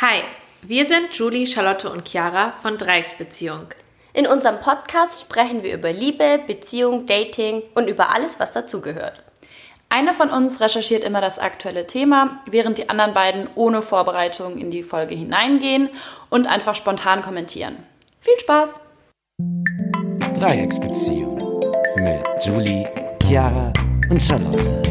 Hi, wir sind Julie, Charlotte und Chiara von Dreiecksbeziehung. In unserem Podcast sprechen wir über Liebe, Beziehung, Dating und über alles, was dazugehört. Eine von uns recherchiert immer das aktuelle Thema, während die anderen beiden ohne Vorbereitung in die Folge hineingehen und einfach spontan kommentieren. Viel Spaß! Dreiecksbeziehung mit Julie, Chiara und Charlotte.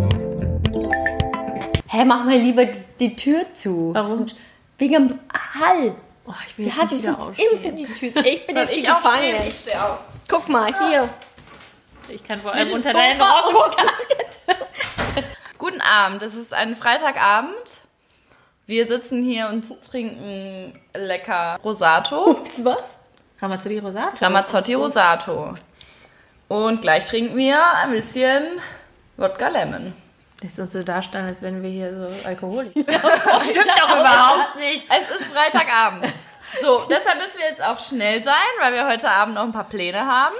Hä, mach mal lieber die Tür zu. Warum? Wegen dem Hall. Oh, ich will Wir jetzt hatten nicht uns wieder immer aufstehen. die Tür. Ich bin Soll jetzt ich hier aufstehen? gefangen. Ich stehe auf. Guck mal, hier. Ich kann vor allem Zwischen unter deinen Sofa Rock und gucken. Guten Abend, es ist ein Freitagabend. Wir sitzen hier und trinken lecker Rosato. Ups, was? Ramazzotti Rosato. Ramazzotti Rosato. Und gleich trinken wir ein bisschen Wodka Lemon. Lässt uns so darstellen, als wenn wir hier so Alkoholiker. Stimmt doch überhaupt nicht. Es ist Freitagabend. So, deshalb müssen wir jetzt auch schnell sein, weil wir heute Abend noch ein paar Pläne haben.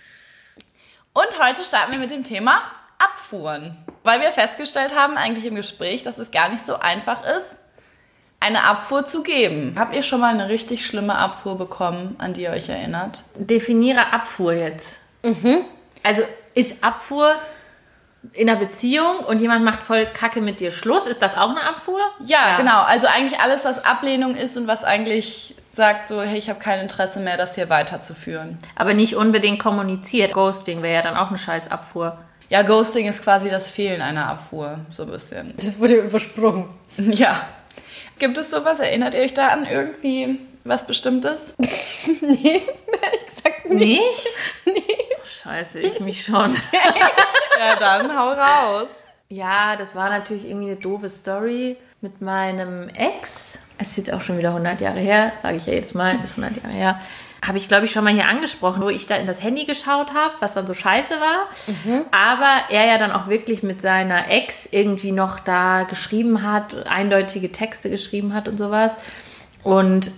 Und heute starten wir mit dem Thema Abfuhren. Weil wir festgestellt haben, eigentlich im Gespräch, dass es gar nicht so einfach ist, eine Abfuhr zu geben. Habt ihr schon mal eine richtig schlimme Abfuhr bekommen, an die ihr euch erinnert? Definiere Abfuhr jetzt. Also ist Abfuhr in einer Beziehung und jemand macht voll Kacke mit dir Schluss, ist das auch eine Abfuhr? Ja, genau. Also eigentlich alles, was Ablehnung ist und was eigentlich sagt so, hey, ich habe kein Interesse mehr, das hier weiterzuführen. Aber nicht unbedingt kommuniziert. Ghosting wäre ja dann auch eine scheiß Abfuhr. Ja, Ghosting ist quasi das Fehlen einer Abfuhr, so ein bisschen. Das wurde übersprungen. Ja. Gibt es sowas? Erinnert ihr euch da an irgendwie was Bestimmtes? Nee, ehrlich gesagt nicht. Nicht? Scheiße, ich mich schon. Ja, dann hau raus. Ja, das war natürlich irgendwie eine doofe Story mit meinem Ex. Es ist jetzt auch schon wieder 100 Jahre her, sage ich ja jedes Mal, ist 100 Jahre her. Habe ich, glaube ich, schon mal hier angesprochen, wo ich da in das Handy geschaut habe, was dann so scheiße war. Aber er ja dann auch wirklich mit seiner Ex irgendwie noch da geschrieben hat, eindeutige Texte geschrieben hat und sowas. Und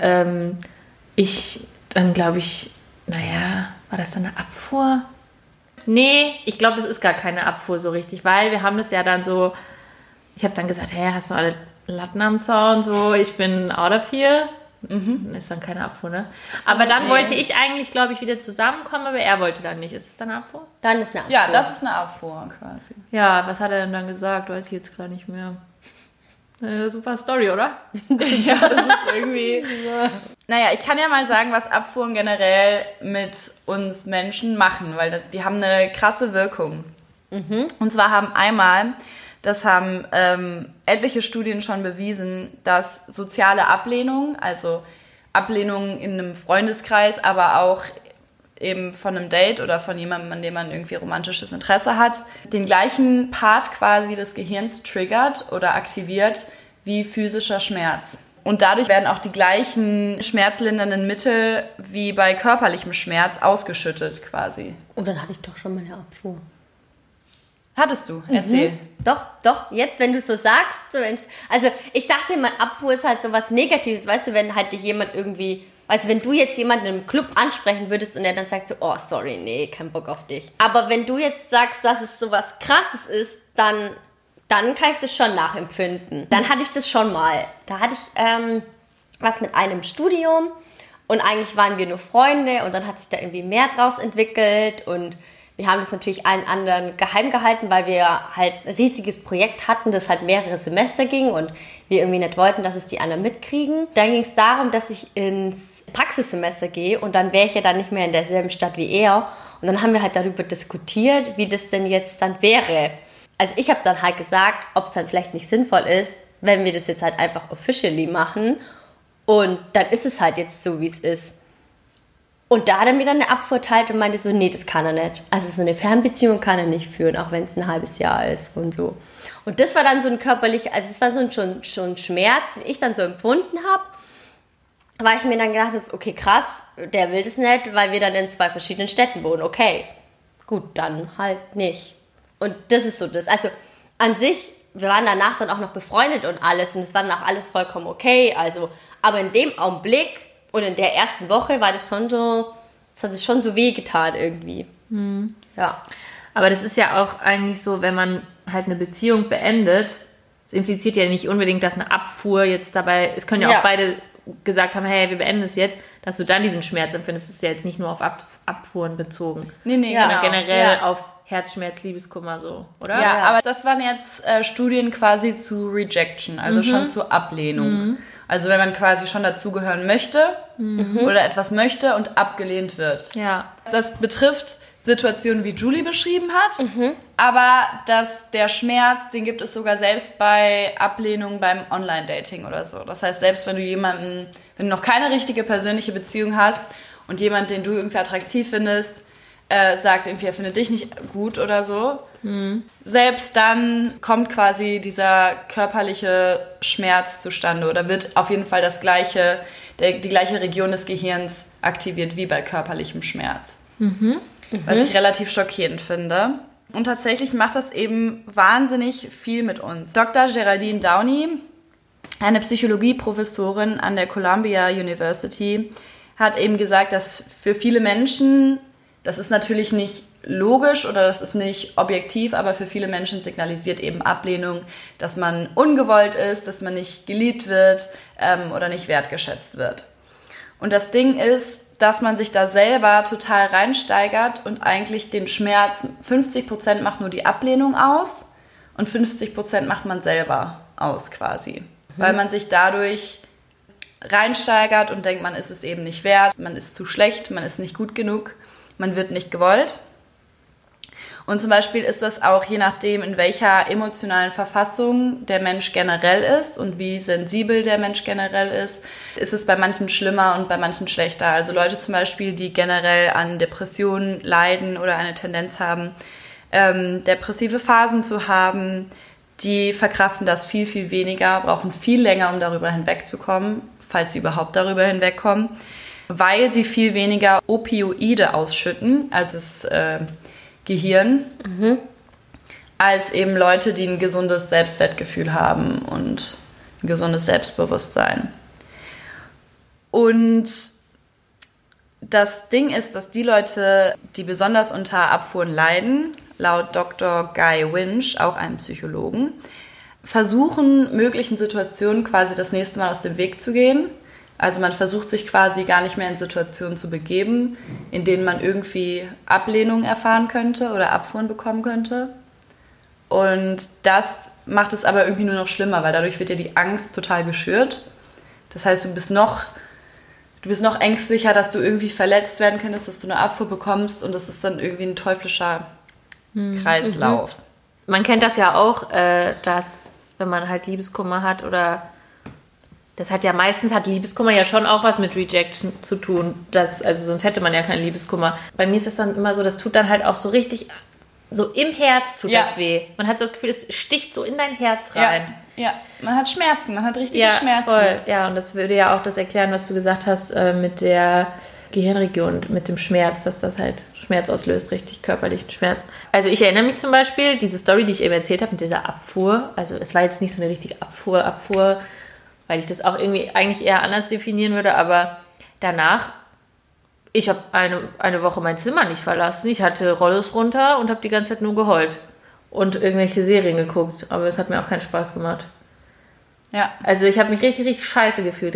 ich dann, glaube ich, naja, war das dann eine Abfuhr? Nee, ich glaube, das ist gar keine Abfuhr so richtig, weil wir haben das ja dann so, ich habe dann gesagt, hey, hast du alle Latten am Zaun, so, ich bin out of here. Ist dann keine Abfuhr, ne? Aber dann wollte ich eigentlich, glaube ich, wieder zusammenkommen, aber er wollte dann nicht. Ist es dann eine Abfuhr? Dann ist eine Abfuhr. Ja, das ist eine Abfuhr quasi. Ja, was hat er denn dann gesagt? Weiß ich jetzt gar nicht mehr. Eine super Story, oder? Ja, das ist irgendwie... Naja, ich kann ja mal sagen, was Abfuhren generell mit uns Menschen machen, weil die haben eine krasse Wirkung. Und zwar das haben etliche Studien schon bewiesen, dass soziale Ablehnung, also Ablehnung in einem Freundeskreis, aber auch eben von einem Date oder von jemandem, an dem man irgendwie romantisches Interesse hat, den gleichen Part quasi des Gehirns triggert oder aktiviert wie physischer Schmerz. Und dadurch werden auch die gleichen schmerzlindernden Mittel wie bei körperlichem Schmerz ausgeschüttet quasi. Und dann hatte ich doch schon mal eine Abfuhr. Hattest du? Erzähl. Doch, jetzt, wenn du so sagst. Also, ich dachte immer, Abfuhr ist halt so was Negatives, weißt du, wenn halt dich jemand irgendwie, also wenn du jetzt jemanden im Club ansprechen würdest und er dann sagt so, oh, sorry, nee, kein Bock auf dich. Aber wenn du jetzt sagst, dass es so was Krasses ist, dann kann ich das schon nachempfinden. Dann hatte ich das schon mal. Da hatte ich was mit einem Studium und eigentlich waren wir nur Freunde und dann hat sich da irgendwie mehr draus entwickelt und wir haben das natürlich allen anderen geheim gehalten, weil wir halt ein riesiges Projekt hatten, das halt mehrere Semester ging und wir irgendwie nicht wollten, dass es die anderen mitkriegen. Dann ging es darum, dass ich ins Praxissemester gehe und dann wäre ich ja dann nicht mehr in derselben Stadt wie er. Und dann haben wir halt darüber diskutiert, wie das denn jetzt dann wäre. Also ich habe dann halt gesagt, ob es dann vielleicht nicht sinnvoll ist, wenn wir das jetzt halt einfach officially machen und dann ist es halt jetzt so, wie es ist. Und da hat er mir dann eine Abfuhr erteilt und meinte so, nee, das kann er nicht. Also so eine Fernbeziehung kann er nicht führen, auch wenn es ein halbes Jahr ist und so. Und das war dann so ein körperlicher, also es war so schon Schmerz, den ich dann so empfunden habe, weil ich mir dann gedacht habe, okay, krass, der will das nicht, weil wir dann in 2 verschiedenen Städten wohnen. Okay, gut, dann halt nicht. Und das ist so das. Also an sich, wir waren danach dann auch noch befreundet und alles und es war dann auch alles vollkommen okay. Also, aber in dem Augenblick und in der ersten Woche war das schon so, das hat es schon so wehgetan irgendwie. Ja. Aber das ist ja auch eigentlich so, wenn man halt eine Beziehung beendet, es impliziert ja nicht unbedingt, dass eine Abfuhr jetzt dabei, es können ja auch beide gesagt haben, hey, wir beenden es jetzt, dass du dann diesen Schmerz empfindest. Das ist ja jetzt nicht nur auf Abfuhren bezogen. Nee, sondern generell auf Herzschmerz, Liebeskummer so, oder? Ja, aber das waren jetzt Studien quasi zu Rejection, also schon zur Ablehnung. Also wenn man quasi schon dazugehören möchte oder etwas möchte und abgelehnt wird. Ja. Das betrifft Situationen, wie Julie beschrieben hat, aber der Schmerz, den gibt es sogar selbst bei Ablehnung beim Online-Dating oder so. Das heißt, selbst wenn du noch keine richtige persönliche Beziehung hast und jemand, den du irgendwie attraktiv findest, sagt irgendwie, er findet dich nicht gut oder so. Selbst dann kommt quasi dieser körperliche Schmerz zustande oder wird auf jeden Fall die gleiche Region des Gehirns aktiviert wie bei körperlichem Schmerz. Was ich relativ schockierend finde. Und tatsächlich macht das eben wahnsinnig viel mit uns. Dr. Geraldine Downey, eine Psychologieprofessorin an der Columbia University, hat eben gesagt, dass für viele Menschen, das ist natürlich nicht logisch oder das ist nicht objektiv, aber für viele Menschen signalisiert eben Ablehnung, dass man ungewollt ist, dass man nicht geliebt wird oder nicht wertgeschätzt wird. Und das Ding ist, dass man sich da selber total reinsteigert und eigentlich den Schmerz, 50% macht nur die Ablehnung aus und 50% macht man selber aus quasi. Weil man sich dadurch reinsteigert und denkt, man ist es eben nicht wert, man ist zu schlecht, man ist nicht gut genug, man wird nicht gewollt. Und zum Beispiel ist das auch je nachdem, in welcher emotionalen Verfassung der Mensch generell ist und wie sensibel der Mensch generell ist es bei manchen schlimmer und bei manchen schlechter. Also Leute zum Beispiel, die generell an Depressionen leiden oder eine Tendenz haben, depressive Phasen zu haben, die verkraften das viel, viel weniger, brauchen viel länger, um darüber hinwegzukommen, falls sie überhaupt darüber hinwegkommen, weil sie viel weniger Opioide ausschütten, also das Gehirn, als eben Leute, die ein gesundes Selbstwertgefühl haben und ein gesundes Selbstbewusstsein. Und das Ding ist, dass die Leute, die besonders unter Abfuhren leiden, laut Dr. Guy Winch, auch einem Psychologen, versuchen, möglichen Situationen quasi das nächste Mal aus dem Weg zu gehen. Also man versucht sich quasi gar nicht mehr in Situationen zu begeben, in denen man irgendwie Ablehnung erfahren könnte oder Abfuhren bekommen könnte. Und das macht es aber irgendwie nur noch schlimmer, weil dadurch wird ja die Angst total geschürt. Das heißt, du bist noch ängstlicher, dass du irgendwie verletzt werden könntest, dass du eine Abfuhr bekommst und das ist dann irgendwie ein teuflischer Kreislauf. Man kennt das ja auch, dass wenn man halt Liebeskummer hat oder meistens hat Liebeskummer ja schon auch was mit Rejection zu tun. Also sonst hätte man ja keinen Liebeskummer. Bei mir ist das dann immer so, das tut dann halt auch so richtig, so im Herz tut das weh. Man hat so das Gefühl, es sticht so in dein Herz rein. Ja, man hat Schmerzen, man hat richtige Schmerzen. Voll. Ja, und das würde ja auch das erklären, was du gesagt hast mit der Gehirnregion, mit dem Schmerz, dass das halt Schmerz auslöst, richtig körperlichen Schmerz. Also ich erinnere mich zum Beispiel, diese Story, die ich eben erzählt habe mit dieser Abfuhr, also es war jetzt nicht so eine richtige Abfuhr, weil ich das auch irgendwie eigentlich eher anders definieren würde, aber danach, ich habe eine Woche mein Zimmer nicht verlassen, ich hatte Rollos runter und habe die ganze Zeit nur geheult und irgendwelche Serien geguckt, aber es hat mir auch keinen Spaß gemacht. Ja. Also ich habe mich richtig, richtig scheiße gefühlt.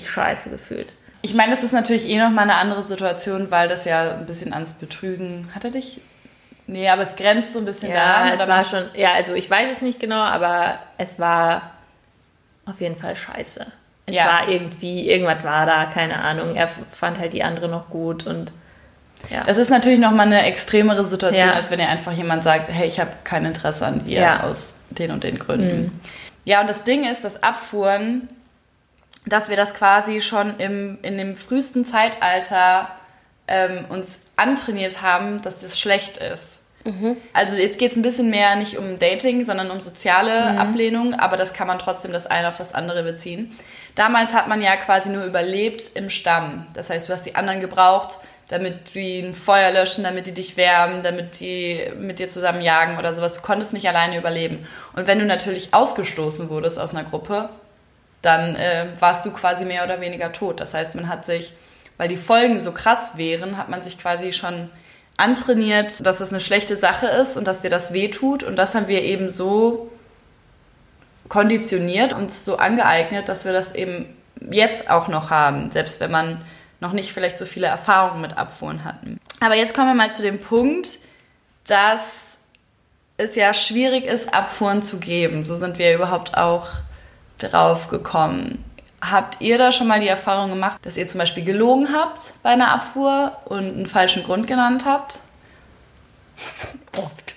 Ich meine, das ist natürlich nochmal eine andere Situation, weil das ja ein bisschen ans Betrügen, hat er dich? Nee, aber es grenzt so ein bisschen daran. Ja, es war schon, also ich weiß es nicht genau, aber es war auf jeden Fall scheiße. Es war irgendwas war da, keine Ahnung. Er fand halt die andere noch gut und ja. Das ist natürlich nochmal eine extremere Situation, als wenn ihr einfach jemand sagt, hey, ich habe kein Interesse an dir aus den und den Gründen. Ja, und das Ding ist, dass Abfuhren, dass wir das quasi schon in dem frühesten Zeitalter uns antrainiert haben, dass das schlecht ist. Also jetzt geht es ein bisschen mehr nicht um Dating, sondern um soziale Ablehnung, aber das kann man trotzdem das eine auf das andere beziehen. Damals hat man ja quasi nur überlebt im Stamm. Das heißt, du hast die anderen gebraucht, damit die ein Feuer löschen, damit die dich wärmen, damit die mit dir zusammen jagen oder sowas. Du konntest nicht alleine überleben. Und wenn du natürlich ausgestoßen wurdest aus einer Gruppe, dann warst du quasi mehr oder weniger tot. Das heißt, man hat sich, weil die Folgen so krass wären, hat man sich quasi schon antrainiert, dass es eine schlechte Sache ist und dass dir das wehtut. Und das haben wir eben so konditioniert, uns so angeeignet, dass wir das eben jetzt auch noch haben, selbst wenn man noch nicht vielleicht so viele Erfahrungen mit Abfuhren hatten. Aber jetzt kommen wir mal zu dem Punkt, dass es ja schwierig ist, Abfuhren zu geben. So sind wir überhaupt auch drauf gekommen. Habt ihr da schon mal die Erfahrung gemacht, dass ihr zum Beispiel gelogen habt bei einer Abfuhr und einen falschen Grund genannt habt? Oft.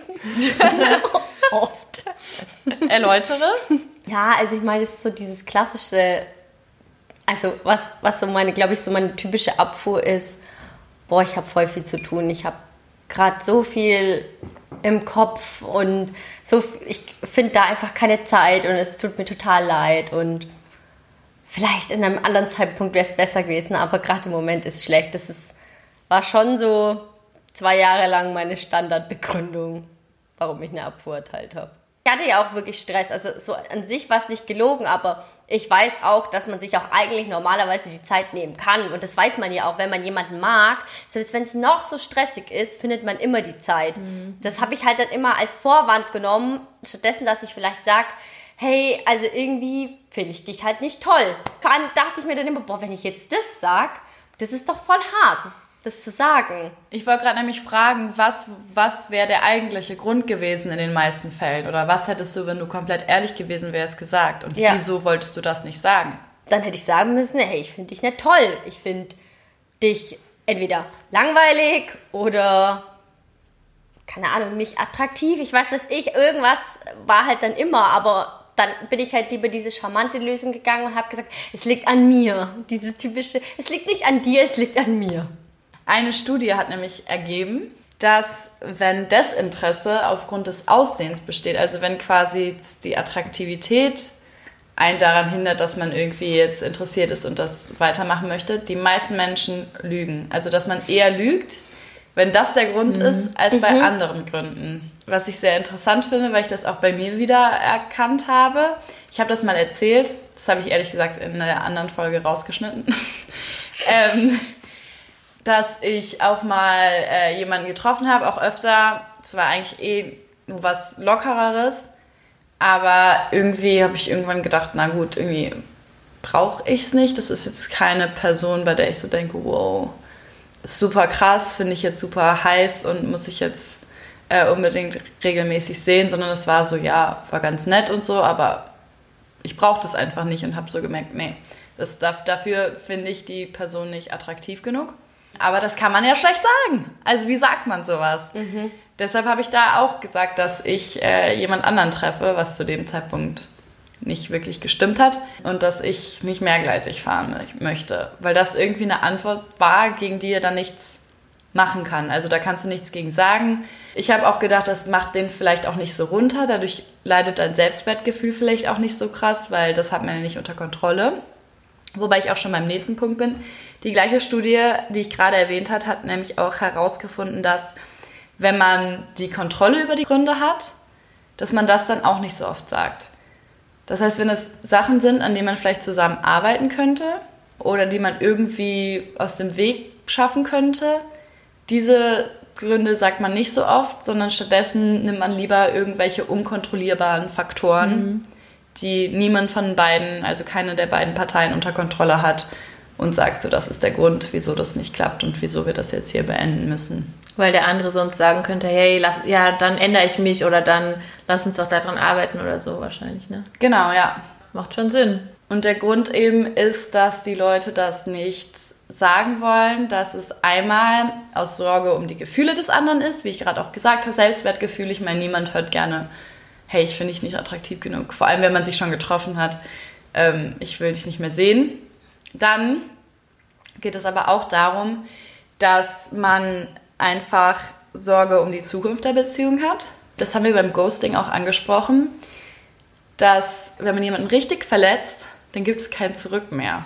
Oft. Erläutere. Ja, also ich meine, es ist so dieses klassische, also was so meine, glaube ich, so meine typische Abfuhr ist, boah, ich habe voll viel zu tun, ich habe gerade so viel im Kopf und so, ich finde da einfach keine Zeit und es tut mir total leid und vielleicht in einem anderen Zeitpunkt wäre es besser gewesen, aber gerade im Moment ist es schlecht. War schon so 2 Jahre lang meine Standardbegründung, warum ich eine Abfuhr erteilt habe. Ich hatte ja auch wirklich Stress, also so an sich war es nicht gelogen, aber ich weiß auch, dass man sich auch eigentlich normalerweise die Zeit nehmen kann. Und das weiß man ja auch, wenn man jemanden mag. Selbst wenn es noch so stressig ist, findet man immer die Zeit. Das habe ich halt dann immer als Vorwand genommen, stattdessen, dass ich vielleicht sage, hey, also irgendwie finde ich dich halt nicht toll. Dann dachte ich mir dann immer, boah, wenn ich jetzt das sage, das ist doch voll hart, das zu sagen. Ich wollte gerade nämlich fragen, was wäre der eigentliche Grund gewesen in den meisten Fällen? Oder was hättest du, wenn du komplett ehrlich gewesen wärst, gesagt? Und wieso wolltest du das nicht sagen? Dann hätte ich sagen müssen, hey, ich finde dich nicht toll. Ich finde dich entweder langweilig oder, keine Ahnung, nicht attraktiv. Ich weiß, was ich, irgendwas war halt dann immer, aber dann bin ich halt lieber diese charmante Lösung gegangen und habe gesagt, es liegt an mir. Dieses typische, es liegt nicht an dir, es liegt an mir. Eine Studie hat nämlich ergeben, dass wenn Desinteresse aufgrund des Aussehens besteht, also wenn quasi die Attraktivität einen daran hindert, dass man irgendwie jetzt interessiert ist und das weitermachen möchte, die meisten Menschen lügen. Also dass man eher lügt, wenn das der Grund ist, als bei anderen Gründen. Was ich sehr interessant finde, weil ich das auch bei mir wieder erkannt habe. Ich habe das mal erzählt, das habe ich ehrlich gesagt in einer anderen Folge rausgeschnitten, dass ich auch mal jemanden getroffen habe, auch öfter. Das war eigentlich nur was Lockereres. Aber irgendwie habe ich irgendwann gedacht, na gut, irgendwie brauche ich es nicht. Das ist jetzt keine Person, bei der ich so denke, wow, ist super krass, finde ich jetzt super heiß und muss ich jetzt unbedingt regelmäßig sehen. Sondern es war so, ja, war ganz nett und so, aber ich brauche das einfach nicht und habe so gemerkt, nee, dafür finde ich die Person nicht attraktiv genug. Aber das kann man ja schlecht sagen. Also wie sagt man sowas? Deshalb habe ich da auch gesagt, dass ich jemand anderen treffe, was zu dem Zeitpunkt nicht wirklich gestimmt hat und dass ich nicht mehrgleisig fahren möchte. Weil das irgendwie eine Antwort war, gegen die er dann nichts machen kann. Also da kannst du nichts gegen sagen. Ich habe auch gedacht, das macht den vielleicht auch nicht so runter. Dadurch leidet dein Selbstwertgefühl vielleicht auch nicht so krass, weil das hat man ja nicht unter Kontrolle. Wobei ich auch schon beim nächsten Punkt bin. Die gleiche Studie, die ich gerade erwähnt habe, hat nämlich auch herausgefunden, dass wenn man die Kontrolle über die Gründe hat, dass man das dann auch nicht so oft sagt. Das heißt, wenn es Sachen sind, an denen man vielleicht zusammen arbeiten könnte oder die man irgendwie aus dem Weg schaffen könnte, diese Gründe sagt man nicht so oft, sondern stattdessen nimmt man lieber irgendwelche unkontrollierbaren Faktoren, die niemand von beiden, also keine der beiden Parteien unter Kontrolle hat und sagt so, das ist der Grund, wieso das nicht klappt und wieso wir das jetzt hier beenden müssen. Weil der andere sonst sagen könnte, hey, dann ändere ich mich oder dann lass uns doch daran arbeiten oder so wahrscheinlich, ne? Genau, ja. Macht schon Sinn. Und der Grund eben ist, dass die Leute das nicht sagen wollen, dass es einmal aus Sorge um die Gefühle des anderen ist, wie ich gerade auch gesagt habe, Selbstwertgefühl. Ich meine, niemand hört gerne, hey, ich finde dich nicht attraktiv genug. Vor allem, wenn man sich schon getroffen hat, ich will dich nicht mehr sehen. Dann geht es aber auch darum, dass man einfach Sorge um die Zukunft der Beziehung hat. Das haben wir beim Ghosting auch angesprochen, dass wenn man jemanden richtig verletzt, dann gibt es kein Zurück mehr.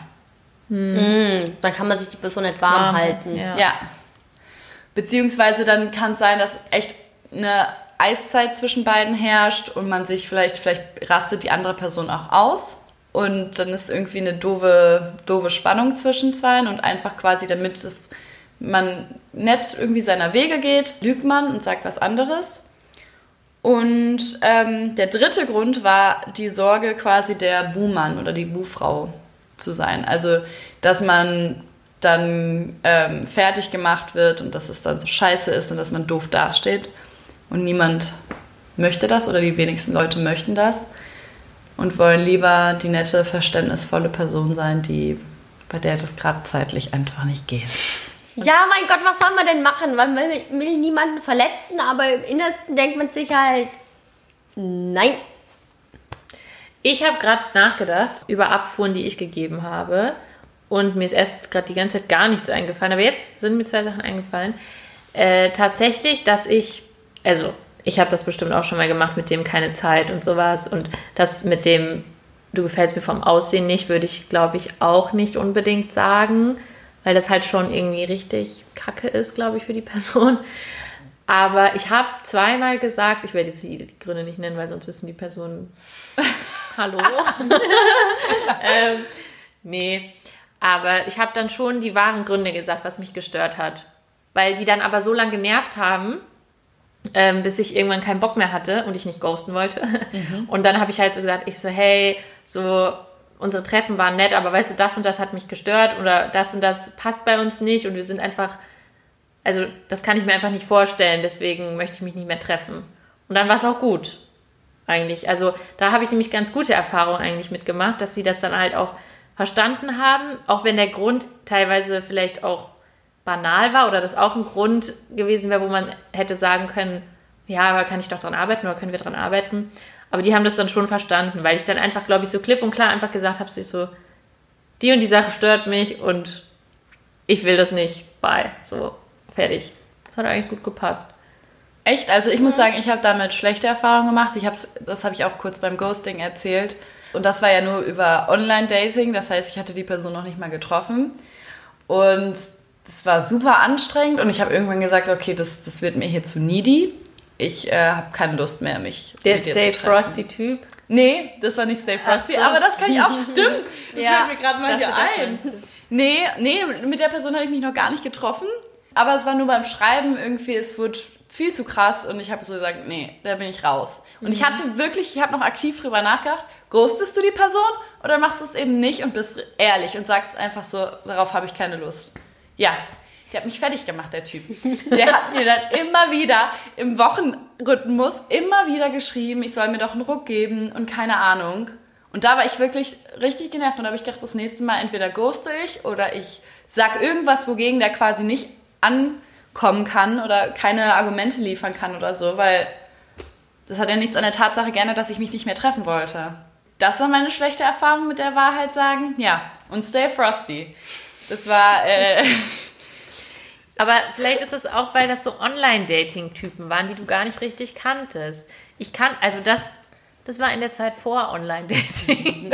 Dann kann man sich die Person nicht warm halten. Ja. Beziehungsweise dann kann es sein, dass echt eine Eiszeit zwischen beiden herrscht und man sich vielleicht rastet die andere Person auch aus. Und dann ist irgendwie eine doofe Spannung zwischen zweien und einfach quasi, damit man nett irgendwie seiner Wege geht, lügt man und sagt was anderes. Und der dritte Grund war die Sorge quasi der Buhmann oder die Buhfrau zu sein. Also, dass man dann fertig gemacht wird und dass es dann so scheiße ist und dass man doof dasteht. Und niemand möchte das oder die wenigsten Leute möchten das und wollen lieber die nette, verständnisvolle Person sein, bei der das gerade zeitlich einfach nicht geht. Ja, mein Gott, was soll man denn machen? Man will niemanden verletzen, aber im Innersten denkt man sich halt, nein. Ich habe gerade nachgedacht über Abfuhren, die ich gegeben habe. Und mir ist erst gerade die ganze Zeit gar nichts eingefallen. Aber jetzt sind mir 2 Sachen eingefallen. Tatsächlich, dass ich habe das bestimmt auch schon mal gemacht mit dem keine Zeit und sowas. Und das mit dem, du gefällst mir vom Aussehen nicht, würde ich, glaube ich, auch nicht unbedingt sagen. Weil das halt schon irgendwie richtig kacke ist, glaube ich, für die Person. Aber ich habe 2-mal gesagt, ich werde jetzt die Gründe nicht nennen, weil sonst wissen die Personen, hallo. Nee, aber ich habe dann schon die wahren Gründe gesagt, was mich gestört hat. Weil die dann aber so lange genervt haben, bis ich irgendwann keinen Bock mehr hatte und ich nicht ghosten wollte. Und dann habe ich halt so gesagt, hey, so unsere Treffen waren nett, aber weißt du, das und das hat mich gestört oder das und das passt bei uns nicht und wir sind einfach, also das kann ich mir einfach nicht vorstellen, deswegen möchte ich mich nicht mehr treffen. Und dann war es auch gut, eigentlich. Also da habe ich nämlich ganz gute Erfahrungen eigentlich mitgemacht, dass sie das dann halt auch verstanden haben, auch wenn der Grund teilweise vielleicht auch banal war oder das auch ein Grund gewesen wäre, wo man hätte sagen können, ja, aber kann ich doch dran arbeiten oder können wir dran arbeiten? Aber die haben das dann schon verstanden, weil ich dann einfach, glaube ich, so klipp und klar einfach gesagt habe, so, die und die Sache stört mich und ich will das nicht, bye, so, fertig. Das hat eigentlich gut gepasst. Echt? Also ich muss sagen, ich habe damit schlechte Erfahrungen gemacht. Das habe ich auch kurz beim Ghosting erzählt. Und das war ja nur über Online-Dating, das heißt, ich hatte die Person noch nicht mal getroffen. Und das war super anstrengend und ich habe irgendwann gesagt, okay, das wird mir hier zu needy. Ich habe keine Lust mehr, mich der mit dir Stay zu treffen. Frosty-Typ? Nee, das war nicht Stay Frosty, so. aber das kann ja auch stimmen. Das Ja, fällt mir gerade mal hier ein. Nee, mit der Person habe ich mich noch gar nicht getroffen. Aber es war nur beim Schreiben irgendwie, es wurde viel zu krass und ich habe so gesagt, nee, da bin ich raus. Und ich habe noch aktiv drüber nachgedacht, ghostest du die Person oder machst du es eben nicht und bist ehrlich und sagst einfach so, darauf habe ich keine Lust. Ja, der hat mich fertig gemacht, der Typ. Der hat mir dann immer wieder im Wochenrhythmus immer wieder geschrieben, ich soll mir doch einen Ruck geben und keine Ahnung. Und da war ich wirklich richtig genervt und da habe ich gedacht, das nächste Mal entweder ghoste ich oder ich sag irgendwas, wogegen der quasi nicht ankommen kann oder keine Argumente liefern kann oder so, weil das hat ja nichts an der Tatsache geändert, dass ich mich nicht mehr treffen wollte. Das war meine schlechte Erfahrung mit der Wahrheit sagen. Ja, und Stay Frosty. Das war... Aber vielleicht ist es auch, weil das so Online-Dating-Typen waren, die du gar nicht richtig kanntest. Das war in der Zeit vor Online-Dating.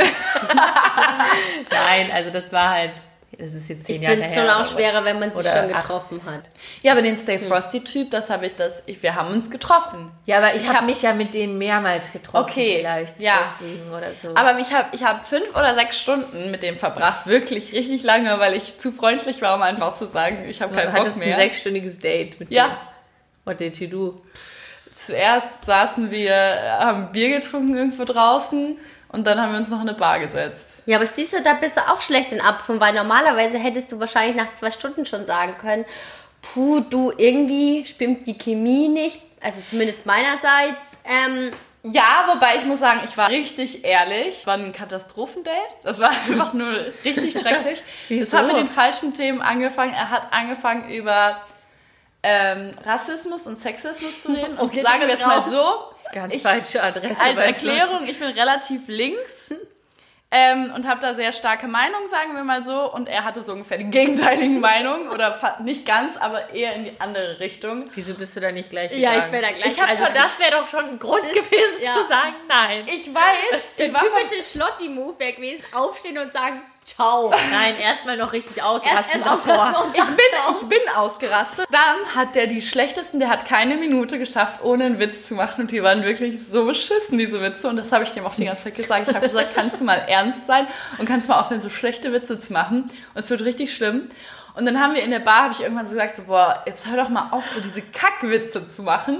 Nein, also das war halt, das ist jetzt 10 Jahre her. Ich finde es schon auch schwerer, wenn man sich oder schon getroffen hat. Ja, aber den Stay Frosty-Typ, wir haben uns getroffen. Ja, aber ich habe mich ja mit dem mehrmals getroffen. Okay, vielleicht ja. Deswegen oder so. Aber ich hab 5 oder 6 Stunden mit dem verbracht, wirklich richtig lange, weil ich zu freundlich war, um einfach zu sagen, ich habe keinen Bock mehr. Du hattest ein 6-stündiges Date mit dem. Ja. What did you do? Zuerst saßen wir, haben Bier getrunken irgendwo draußen und dann haben wir uns noch in eine Bar gesetzt. Ja, aber siehst du, da bist du auch schlecht in Abfuhren, weil normalerweise hättest du wahrscheinlich nach 2 Stunden schon sagen können, puh, du, irgendwie stimmt die Chemie nicht, also zumindest meinerseits. Ja, wobei ich muss sagen, ich war richtig ehrlich. Es war ein Katastrophendate. Das war einfach nur richtig schrecklich. Es hat mit den falschen Themen angefangen. Er hat angefangen über Rassismus und Sexismus zu reden. Und Okay, sagen wir das jetzt mal raus. so. Ganz falsche Adresse. Als Erklärung, ich bin relativ links und habe da sehr starke Meinungen, sagen wir mal so. Und er hatte so ungefähr die gegenteiligen Meinungen. Oder nicht ganz, aber eher in die andere Richtung. Wieso bist du da nicht gleich Ja, gegangen? ich wäre da gleich. Also das wäre doch schon ein Grund gewesen ja. zu sagen, nein. Ich weiß. Der typische Schlotti-Move wäre gewesen, aufstehen und sagen, ciao. Nein, erstmal noch richtig ausrasten. Erst ausrasten und dann ciao. Ich bin ausgerastet. Dann hat der die schlechtesten, der hat keine Minute geschafft, ohne einen Witz zu machen. Und die waren wirklich so beschissen, diese Witze. Und das habe ich dem auch die ganze Zeit gesagt. Ich habe gesagt, kannst du mal ernst sein und kannst mal aufhören, so schlechte Witze zu machen. Und es wird richtig schlimm. Und dann haben wir in der Bar, habe ich irgendwann so gesagt, so, boah, jetzt hör doch mal auf, so diese Kackwitze zu machen.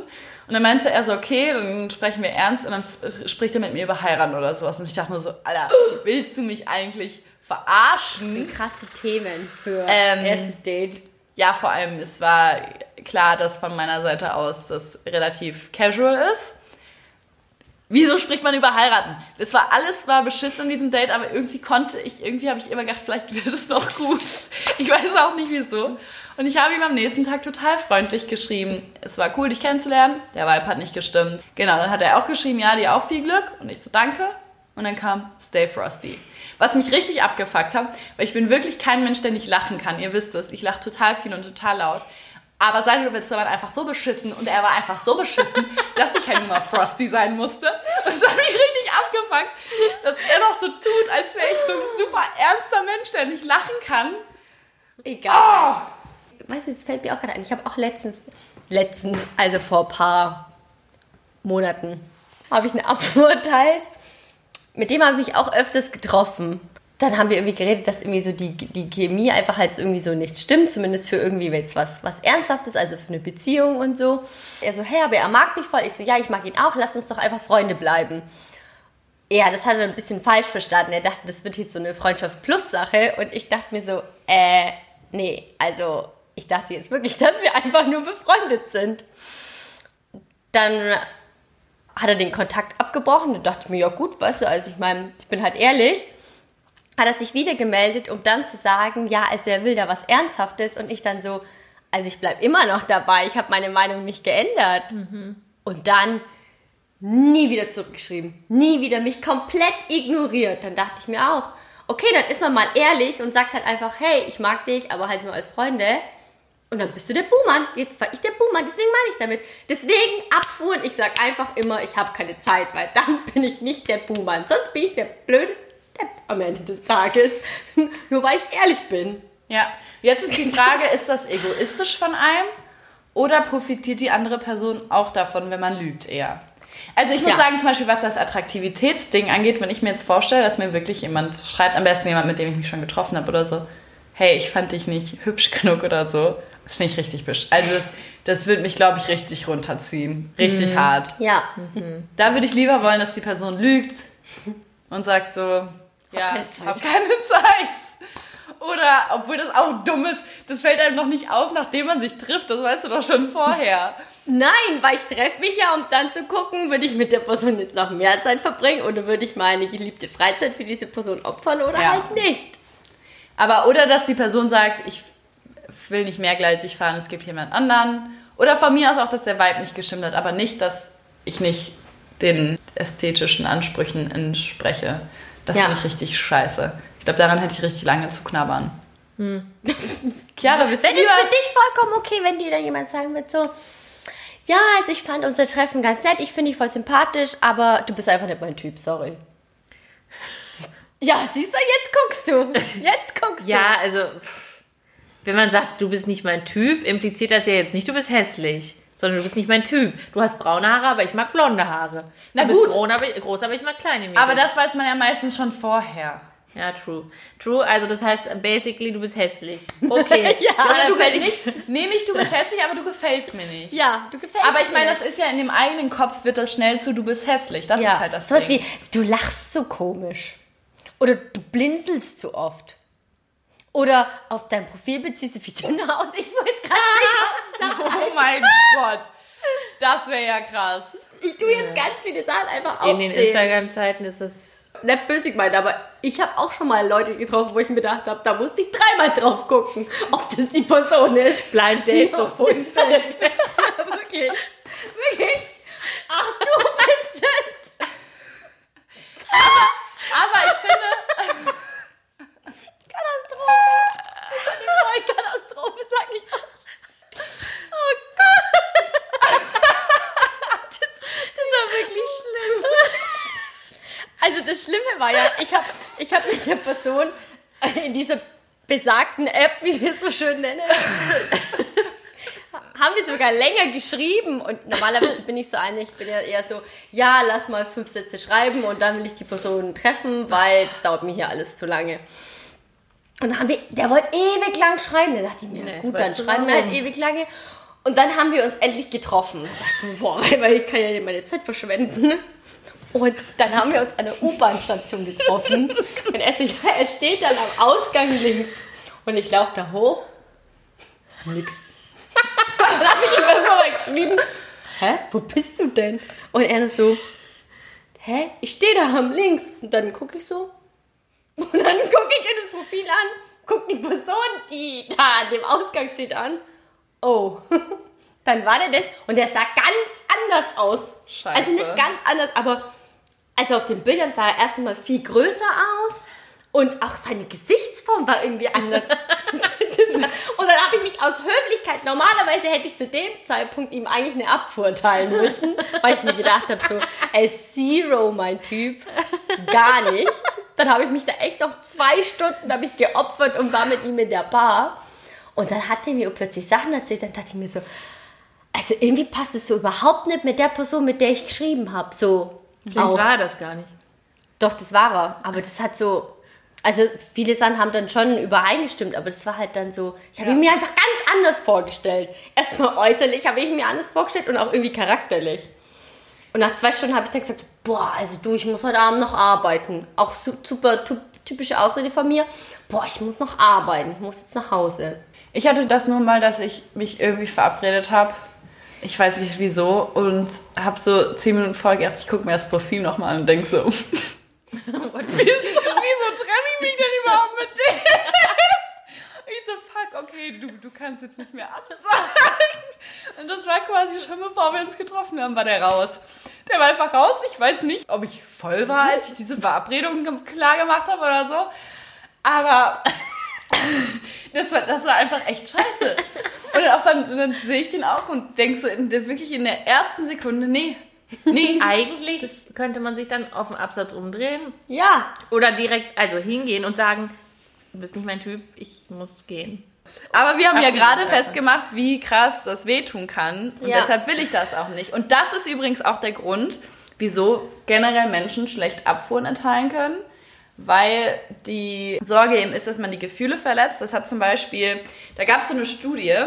Und dann meinte er so, okay, dann sprechen wir ernst und dann spricht er mit mir über heiraten oder sowas. Und ich dachte nur so, Alter, willst du mich eigentlich verarschen? Das sind krasse Themen für erstes Date. Ja, vor allem, es war klar, dass von meiner Seite aus das relativ casual ist. Wieso spricht man über heiraten? Alles war beschissen in diesem Date, aber irgendwie habe ich immer gedacht, vielleicht wird es noch gut. Ich weiß auch nicht wieso. Und ich habe ihm am nächsten Tag total freundlich geschrieben, es war cool, dich kennenzulernen, der Vibe hat nicht gestimmt. Genau, dann hat er auch geschrieben, ja, dir auch viel Glück. Und ich so, danke. Und dann kam Stay Frosty. Was mich richtig abgefuckt hat, weil ich bin wirklich kein Mensch, der nicht lachen kann. Ihr wisst es, ich lache total viel und total laut. Aber seine Witze waren einfach so beschissen und er war einfach so beschissen, dass ich halt immer Frosty sein musste. Und es hat mich richtig abgefuckt, dass er noch so tut, als wäre ich so ein super ernster Mensch, der nicht lachen kann. Egal. Oh! Weißt du, jetzt fällt mir auch gerade ein, ich habe auch letztens, also vor ein paar Monaten, habe ich eine Abfuhr erteilt. Mit dem habe ich mich auch öfters getroffen. Dann haben wir irgendwie geredet, dass irgendwie so die Chemie einfach halt irgendwie so nicht stimmt, zumindest für irgendwie jetzt was Ernsthaftes, also für eine Beziehung und so. Er so, hey, aber er mag mich voll. Ich so, ja, ich mag ihn auch, lass uns doch einfach Freunde bleiben. Ja, das hat er ein bisschen falsch verstanden. Er dachte, das wird jetzt so eine Freundschaft-Plus-Sache und ich dachte mir so, nee, also ich dachte jetzt wirklich, dass wir einfach nur befreundet sind. Dann hat er den Kontakt abgebrochen. Da dachte ich mir, ja gut, weißt du, also ich meine, ich bin halt ehrlich. Hat er sich wieder gemeldet, um dann zu sagen, ja, also er will da was Ernsthaftes und ich dann so, also ich bleibe immer noch dabei, ich habe meine Meinung nicht geändert. Und dann nie wieder zurückgeschrieben, nie wieder, mich komplett ignoriert. Dann dachte ich mir auch, okay, dann ist man mal ehrlich und sagt halt einfach, hey, ich mag dich, aber halt nur als Freunde. Und dann bist du der Buhmann. Jetzt war ich der Buhmann, deswegen meine ich damit. Deswegen Abfuhren, ich sag einfach immer, ich habe keine Zeit, weil dann bin ich nicht der Buhmann. Sonst bin ich der blöde Depp am Ende des Tages. Nur weil ich ehrlich bin. Ja, jetzt ist die Frage, ist das egoistisch von einem oder profitiert die andere Person auch davon, wenn man lügt eher? Also ich muss sagen, zum Beispiel, was das Attraktivitätsding angeht, wenn ich mir jetzt vorstelle, dass mir wirklich jemand schreibt, am besten jemand, mit dem ich mich schon getroffen habe oder so, hey, ich fand dich nicht hübsch genug oder so, das finde ich richtig besch. Also das würde mich, glaube ich, richtig runterziehen. Richtig hart. Ja. Da würde ich lieber wollen, dass die Person lügt und sagt so, ja, hab keine Zeit. Oder, obwohl das auch dumm ist, das fällt einem noch nicht auf, nachdem man sich trifft. Das weißt du doch schon vorher. Nein, weil ich treffe mich ja, um dann zu gucken, würde ich mit der Person jetzt noch mehr Zeit verbringen oder würde ich meine geliebte Freizeit für diese Person opfern oder halt nicht. Aber oder, dass die Person sagt, ich will nicht mehrgleisig fahren, es gibt jemand anderen. Oder von mir aus auch, dass der Vibe nicht gestimmt hat, aber nicht, dass ich nicht den ästhetischen Ansprüchen entspreche. Das finde ich richtig scheiße. Ich glaube, daran hätte ich richtig lange zu knabbern. Chiara, willst du Wenn es für dich vollkommen okay, wenn dir dann jemand sagen wird so, ja, also ich fand unser Treffen ganz nett, ich finde dich voll sympathisch, aber du bist einfach nicht mein Typ, sorry. Ja, siehst du, jetzt guckst du. Ja, also, wenn man sagt, du bist nicht mein Typ, impliziert das ja jetzt nicht, du bist hässlich. Sondern du bist nicht mein Typ. Du hast braune Haare, aber ich mag blonde Haare. Na du gut. bist groß, aber ich mag kleine Mädchen. Aber das weiß man ja meistens schon vorher. Ja, true. True, also das heißt, basically, du bist hässlich. Okay. Ja, aber du nicht, du bist hässlich, aber du gefällst mir nicht. Ja, du gefällst mir. Aber ich meine, das ist ja in dem eigenen Kopf, wird das schnell zu, du bist hässlich. Das ist halt das sowas Ding. wie, du lachst so komisch. Oder du blinzelst zu oft. Oder auf dein Profil beziehst du viel dünner aus. Ich so jetzt gerade Oh mein Gott. Das wäre ja krass. Ich tue jetzt ganz viele Sachen einfach In aufzählen. den Instagram-Zeiten ist das... Nicht böse gemeint, aber ich habe auch schon mal Leute getroffen, wo ich mir gedacht habe, da musste ich dreimal drauf gucken, ob das die Person ist. Blind Date so auf Instagram. Wirklich. Ach, du bist es. Aber ich finde... Katastrophe. Das war die neue Katastrophe, sag ich auch. Oh Gott. Das war wirklich schlimm. Also das Schlimme war ja, ich hab mit der Person in dieser besagten App, wie wir es so schön nennen, haben wir sogar länger geschrieben und normalerweise bin ich so eine, ich bin ja eher so, ja, lass mal 5 Sätze schreiben und dann will ich die Person treffen, weil das dauert mir hier alles zu lange. Und dann der wollte ewig lang schreiben, da dachte ich mir, gut, dann schreiben wir halt ewig lange. Und dann haben wir uns endlich getroffen. Da dachte ich mir, boah, weil ich kann ja nicht meine Zeit verschwenden. Und dann haben wir uns an der U-Bahn-Station getroffen. Und er steht dann am Ausgang links. Und ich laufe da hoch. Nix. Dann habe ich ihm irgendwann mal geschrieben, wo bist du denn? Und er so, ich stehe da am links. Und dann gucke ich so. Und dann gucke ich in das Profil an, gucke die Person, die da an dem Ausgang steht, an. Oh, dann war der das. Und der sah ganz anders aus. Scheiße. Also nicht ganz anders, aber also auf den Bildern sah er erst einmal viel größer aus. Und auch seine Gesichtsform war irgendwie anders. Und dann habe ich mich aus Höflichkeit, normalerweise hätte ich zu dem Zeitpunkt ihm eigentlich eine Abfuhr teilen müssen, weil ich mir gedacht habe, so, Zero, mein Typ, gar nicht. Dann habe ich mich da echt noch 2 Stunden habe ich geopfert und war mit ihm in der Bar. Und dann hat er mir plötzlich Sachen erzählt, dann dachte ich mir so, also irgendwie passt es so überhaupt nicht mit der Person, mit der ich geschrieben habe. So, Vielleicht war er das gar nicht. Doch, das war er. Aber das hat so... Also viele Sachen haben dann schon übereingestimmt, aber das war halt dann so... Ich habe ihn mir einfach ganz anders vorgestellt. Erstmal äußerlich habe ich mir anders vorgestellt und auch irgendwie charakterlich. Und nach 2 Stunden habe ich dann gesagt, boah, also du, ich muss heute Abend noch arbeiten. Auch super typische Ausrede von mir. Boah, ich muss noch arbeiten, ich muss jetzt nach Hause. Ich hatte das nur mal, dass ich mich irgendwie verabredet habe. Ich weiß nicht wieso. Und habe so 10 Minuten vorher gedacht, ich gucke mir das Profil nochmal an und denke so... Wieso treffe ich mich denn überhaupt mit dem? Ich so, fuck, okay, du kannst jetzt nicht mehr absagen. Und das war quasi schon bevor wir uns getroffen haben, war der raus. Der war einfach raus. Ich weiß nicht, ob ich voll war, als ich diese Verabredung klar gemacht habe oder so. Aber das war einfach echt scheiße. Und dann sehe ich den auch und denke so wirklich in der ersten Sekunde, nee. Eigentlich könnte man sich dann auf den Absatz umdrehen. Ja. Oder direkt hingehen und sagen, du bist nicht mein Typ, ich muss gehen. Aber wir haben ja gerade festgemacht, wie krass das wehtun kann. Und deshalb will ich das auch nicht. Und das ist übrigens auch der Grund, wieso generell Menschen schlecht Abfuhren erteilen können. Weil die Sorge eben ist, dass man die Gefühle verletzt. Das hat zum Beispiel, da gab es so eine Studie,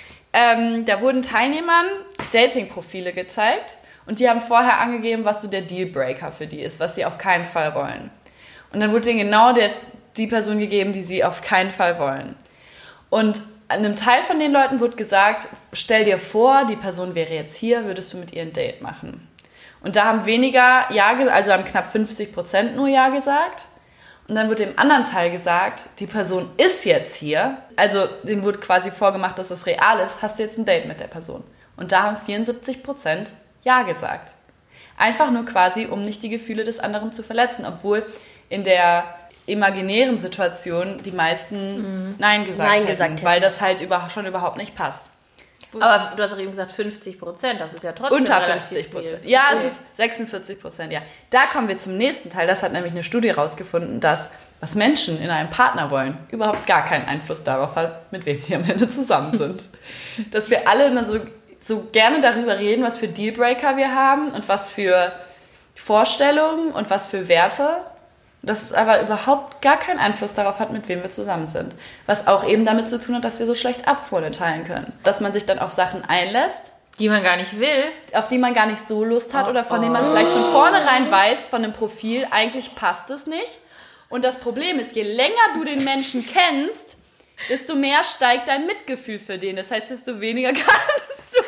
da wurden Teilnehmern Dating-Profile gezeigt. Und die haben vorher angegeben, was so der Dealbreaker für die ist, was sie auf keinen Fall wollen. Und dann wurde ihnen genau die Person gegeben, die sie auf keinen Fall wollen. Und einem Teil von den Leuten wurde gesagt, stell dir vor, die Person wäre jetzt hier, würdest du mit ihr ein Date machen. Und da haben weniger also haben knapp 50% nur Ja gesagt. Und dann wurde dem anderen Teil gesagt, die Person ist jetzt hier. Also denen wurde quasi vorgemacht, dass das real ist. Hast du jetzt ein Date mit der Person? Und da haben 74% Ja gesagt. Einfach nur quasi, um nicht die Gefühle des anderen zu verletzen, obwohl in der imaginären Situation die meisten Nein gesagt hätten, weil das halt schon überhaupt nicht passt. Aber du hast auch eben gesagt 50%, das ist ja trotzdem Unter relativ 50%. viel. Ja, es ist 46%, ja. Da kommen wir zum nächsten Teil. Das hat nämlich eine Studie rausgefunden, dass was Menschen in einem Partner wollen, überhaupt gar keinen Einfluss darauf hat, mit wem die am Ende zusammen sind. Dass wir alle immer so gerne darüber reden, was für Dealbreaker wir haben und was für Vorstellungen und was für Werte. Das aber überhaupt gar keinen Einfluss darauf hat, mit wem wir zusammen sind. Was auch eben damit zu tun hat, dass wir so schlecht Abfuhren erteilen können. Dass man sich dann auf Sachen einlässt, Die man gar nicht will. auf die man gar nicht so Lust hat oder von denen man vielleicht von vornherein weiß, von dem Profil, eigentlich passt es nicht. Und das Problem ist, je länger du den Menschen kennst, desto mehr steigt dein Mitgefühl für den. Das heißt, desto weniger kannst du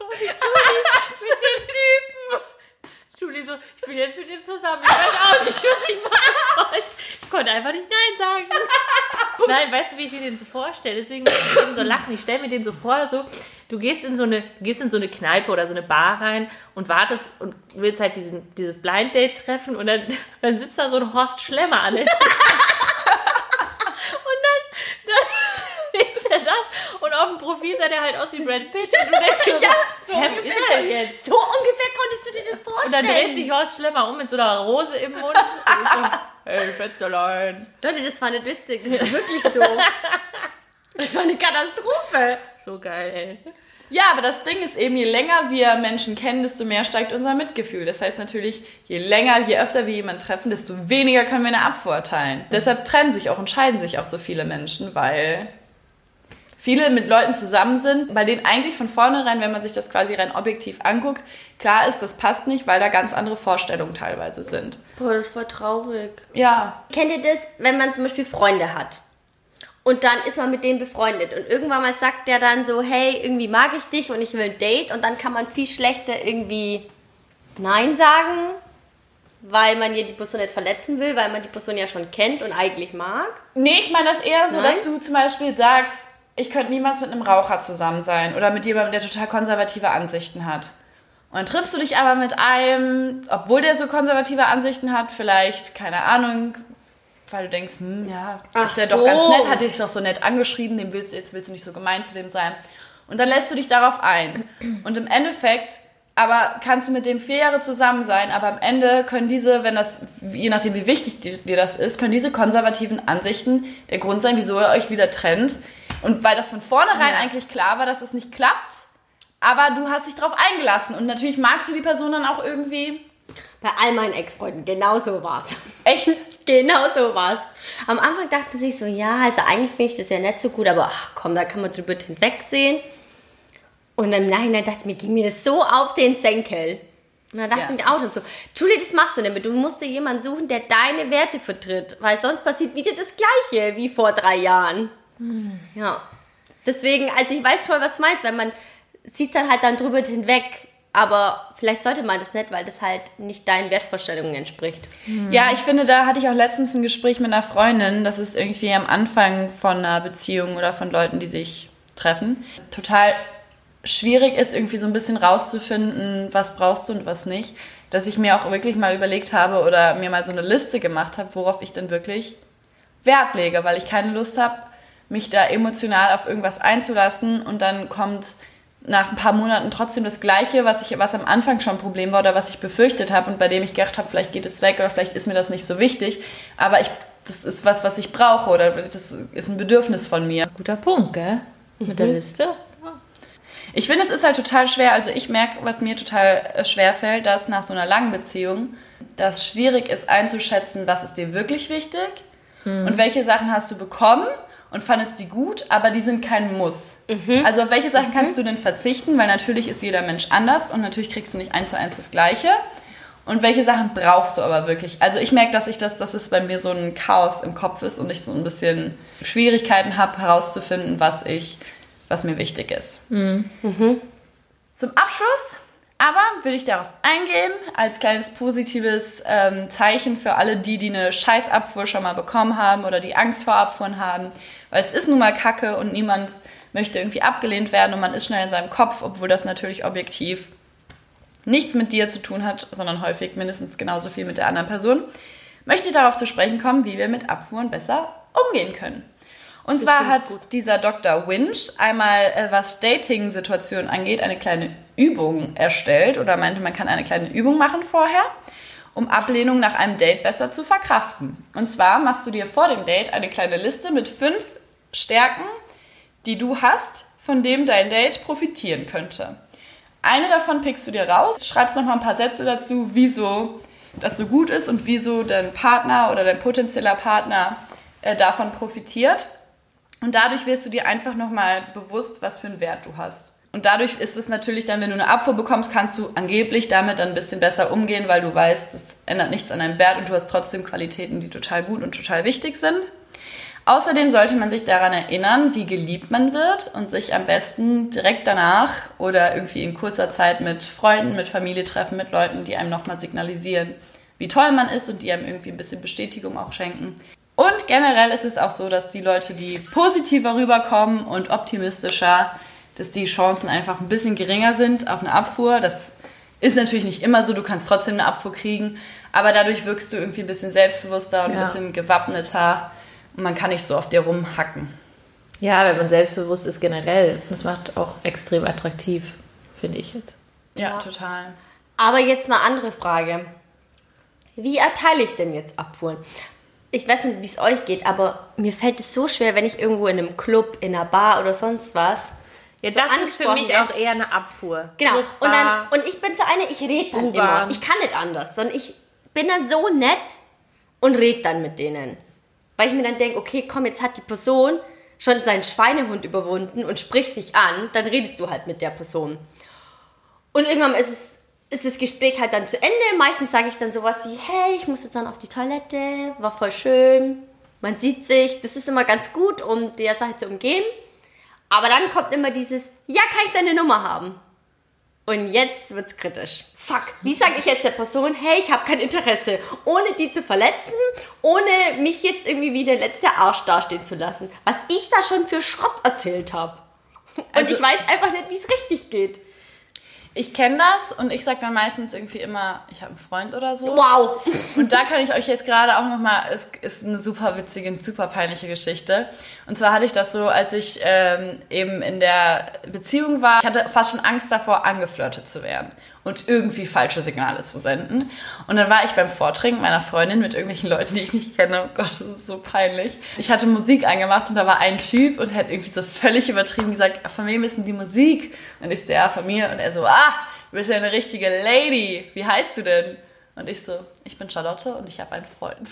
mit den Typen. Julie so, ich bin jetzt mit ihm zusammen, ich weiß auch nicht, was ich machen wollte. Ich konnte einfach nicht Nein sagen. Nein, weißt du, wie ich mir den so vorstelle? Deswegen muss ich eben so lachen. Ich stelle mir den so vor, so, du gehst in so eine Kneipe oder so eine Bar rein und wartest und willst halt dieses Blind Date treffen und dann sitzt da so ein Horst Schlemmer an der Tür. Und dann ist er das und auf dem Profil sah der halt aus wie Brad Pitt und du denkst dir so, so hä, ungefähr ist er jetzt? So ungefähr konntest du dir das Und vorstellen. dann dreht sich Horst Schlemmer um mit so einer Rose im Mund und ist so, hey, Schätzelein. Leute, das war nicht witzig, das war wirklich so. Das war eine Katastrophe. So geil, ey. Ja, aber das Ding ist eben, je länger wir Menschen kennen, desto mehr steigt unser Mitgefühl. Das heißt natürlich, je öfter wir jemanden treffen, desto weniger können wir eine Abfuhr erteilen. Deshalb scheiden sich auch so viele Menschen, weil viele mit Leuten zusammen sind, bei denen eigentlich von vornherein, wenn man sich das quasi rein objektiv anguckt, klar ist, das passt nicht, weil da ganz andere Vorstellungen teilweise sind. Boah, das ist voll traurig. Ja. Kennt ihr das, wenn man zum Beispiel Freunde hat? Und dann ist man mit denen befreundet. Und irgendwann mal sagt der dann so, hey, irgendwie mag ich dich und ich will ein Date. Und dann kann man viel schlechter irgendwie Nein sagen, weil man ja die Person nicht verletzen will, weil man die Person ja schon kennt und eigentlich mag. Nee, ich meine das eher so, Nein? dass du zum Beispiel sagst, ich könnte niemals mit einem Raucher zusammen sein oder mit jemandem, der total konservative Ansichten hat. Und dann triffst du dich aber mit einem, obwohl der so konservative Ansichten hat, vielleicht, keine Ahnung, weil du denkst, ja, ist der doch ganz nett, hat dich doch so nett angeschrieben, jetzt willst du nicht so gemein zu dem sein. Und dann lässt du dich darauf ein. Und im Endeffekt, aber kannst du mit dem 4 Jahre zusammen sein, aber am Ende können diese, wenn das, je nachdem wie wichtig dir das ist, können diese konservativen Ansichten der Grund sein, wieso ihr euch wieder trennt. Und weil das von vornherein eigentlich klar war, dass es nicht klappt, aber du hast dich darauf eingelassen. Und natürlich magst du die Person dann auch irgendwie. Bei all meinen Ex-Freunden, genau so war's. Echt? Genau so war's. Am Anfang dachten sie sich so, ja, also eigentlich finde ich das ja nicht so gut, aber ach komm, da kann man drüber hinwegsehen. Und im Nachhinein dachte ich mir, ging mir das so auf den Senkel. Und dann dachte ich mir auch dann so, Julie, das machst du nicht mehr. Du musst dir jemanden suchen, der deine Werte vertritt, weil sonst passiert wieder das Gleiche wie vor 3 Jahren. Ja. Deswegen, also ich weiß schon, was du meinst, weil man sieht dann halt dann drüber hinweg. Aber vielleicht sollte man das nicht, weil das halt nicht deinen Wertvorstellungen entspricht. Ja, ich finde, da hatte ich auch letztens ein Gespräch mit einer Freundin, das ist irgendwie am Anfang von einer Beziehung oder von Leuten, die sich treffen, total schwierig ist, irgendwie so ein bisschen rauszufinden, was brauchst du und was nicht. Dass ich mir auch wirklich mal überlegt habe oder mir mal so eine Liste gemacht habe, worauf ich denn wirklich Wert lege, weil ich keine Lust habe, mich da emotional auf irgendwas einzulassen und dann kommt nach ein paar Monaten trotzdem das Gleiche, was am Anfang schon ein Problem war oder was ich befürchtet habe und bei dem ich gedacht habe, vielleicht geht es weg oder vielleicht ist mir das nicht so wichtig, aber das ist was ich brauche oder das ist ein Bedürfnis von mir. Guter Punkt, gell? Mit der Liste. Ich finde, es ist halt total schwer, also ich merke, was mir total schwer fällt, dass nach so einer langen Beziehung das schwierig ist einzuschätzen, was ist dir wirklich wichtig und welche Sachen hast du bekommen und fandest die gut, aber die sind kein Muss. Also auf welche Sachen kannst du denn verzichten, weil natürlich ist jeder Mensch anders und natürlich kriegst du nicht 1:1 das Gleiche. Und welche Sachen brauchst du aber wirklich? Also ich merke, dass es bei mir so ein Chaos im Kopf ist und ich so ein bisschen Schwierigkeiten habe, herauszufinden, was mir wichtig ist. Zum Abschluss aber will ich darauf eingehen, als kleines positives Zeichen für alle die eine Scheißabfuhr schon mal bekommen haben oder die Angst vor Abfuhren haben, weil es ist nun mal Kacke und niemand möchte irgendwie abgelehnt werden und man ist schnell in seinem Kopf, obwohl das natürlich objektiv nichts mit dir zu tun hat, sondern häufig mindestens genauso viel mit der anderen Person, möchte ich darauf zu sprechen kommen, wie wir mit Abfuhren besser umgehen können. Und zwar hat dieser Dr. Winch einmal, was Dating-Situationen angeht, eine kleine Übung erstellt oder meinte, man kann eine kleine Übung machen vorher, um Ablehnung nach einem Date besser zu verkraften. Und zwar machst du dir vor dem Date eine kleine Liste mit 5 Stärken, die du hast, von dem dein Date profitieren könnte. Eine davon pickst du dir raus, schreibst nochmal ein paar Sätze dazu, wieso das so gut ist und wieso dein Partner oder dein potenzieller Partner davon profitiert. Und dadurch wirst du dir einfach nochmal bewusst, was für einen Wert du hast. Und dadurch ist es natürlich dann, wenn du eine Abfuhr bekommst, kannst du angeblich damit dann ein bisschen besser umgehen, weil du weißt, das ändert nichts an deinem Wert und du hast trotzdem Qualitäten, die total gut und total wichtig sind. Außerdem sollte man sich daran erinnern, wie geliebt man wird und sich am besten direkt danach oder irgendwie in kurzer Zeit mit Freunden, mit Familie treffen, mit Leuten, die einem nochmal signalisieren, wie toll man ist und die einem irgendwie ein bisschen Bestätigung auch schenken. Und generell ist es auch so, dass die Leute, die positiver rüberkommen und optimistischer, dass die Chancen einfach ein bisschen geringer sind auf eine Abfuhr. Das ist natürlich nicht immer so, du kannst trotzdem eine Abfuhr kriegen, aber dadurch wirkst du irgendwie ein bisschen selbstbewusster und ein bisschen gewappneter und man kann nicht so auf dir rumhacken. Ja, wenn man selbstbewusst ist generell, das macht auch extrem attraktiv, finde ich jetzt. Ja, total. Aber jetzt mal andere Frage. Wie erteile ich denn jetzt Abfuhren? Ich weiß nicht, wie es euch geht, aber mir fällt es so schwer, wenn ich irgendwo in einem Club, in einer Bar oder sonst was. Ja, so das ist für mich auch eher eine Abfuhr. Genau. Club, und ich bin so eine, ich rede dann U-Bahn. immer. Ich kann nicht anders, sondern ich bin dann so nett und rede dann mit denen. Weil ich mir dann denke, okay, komm, jetzt hat die Person schon seinen Schweinehund überwunden und spricht dich an, dann redest du halt mit der Person. Und irgendwann ist das Gespräch halt dann zu Ende. Meistens sage ich dann sowas wie, hey, ich muss jetzt dann auf die Toilette, war voll schön, man sieht sich. Das ist immer ganz gut, um die Sache zu umgehen. Aber dann kommt immer dieses, ja, kann ich deine Nummer haben? Und jetzt wird's kritisch. Fuck, wie sage ich jetzt der Person, hey, ich habe kein Interesse, ohne die zu verletzen, ohne mich jetzt irgendwie wie der letzte Arsch dastehen zu lassen. Was ich da schon für Schrott erzählt habe. Und Also, ich weiß einfach nicht, wie es richtig geht. Ich kenne das und ich sage dann meistens irgendwie immer, ich habe einen Freund oder so. Wow. Und da kann ich euch jetzt gerade auch nochmal, es ist eine super witzige und super peinliche Geschichte. Und zwar hatte ich das so, als ich eben in der Beziehung war, ich hatte fast schon Angst davor, angeflirtet zu werden und irgendwie falsche Signale zu senden. Und dann war ich beim Vortrinken meiner Freundin mit irgendwelchen Leuten, die ich nicht kenne. Oh Gott, das ist so peinlich. Ich hatte Musik angemacht und da war ein Typ und hat irgendwie so völlig übertrieben gesagt, von wem ist denn die Musik? Und ich so, ja, von mir. Und er so, du bist ja eine richtige Lady. Wie heißt du denn? Und ich so, ich bin Charlotte und ich habe einen Freund.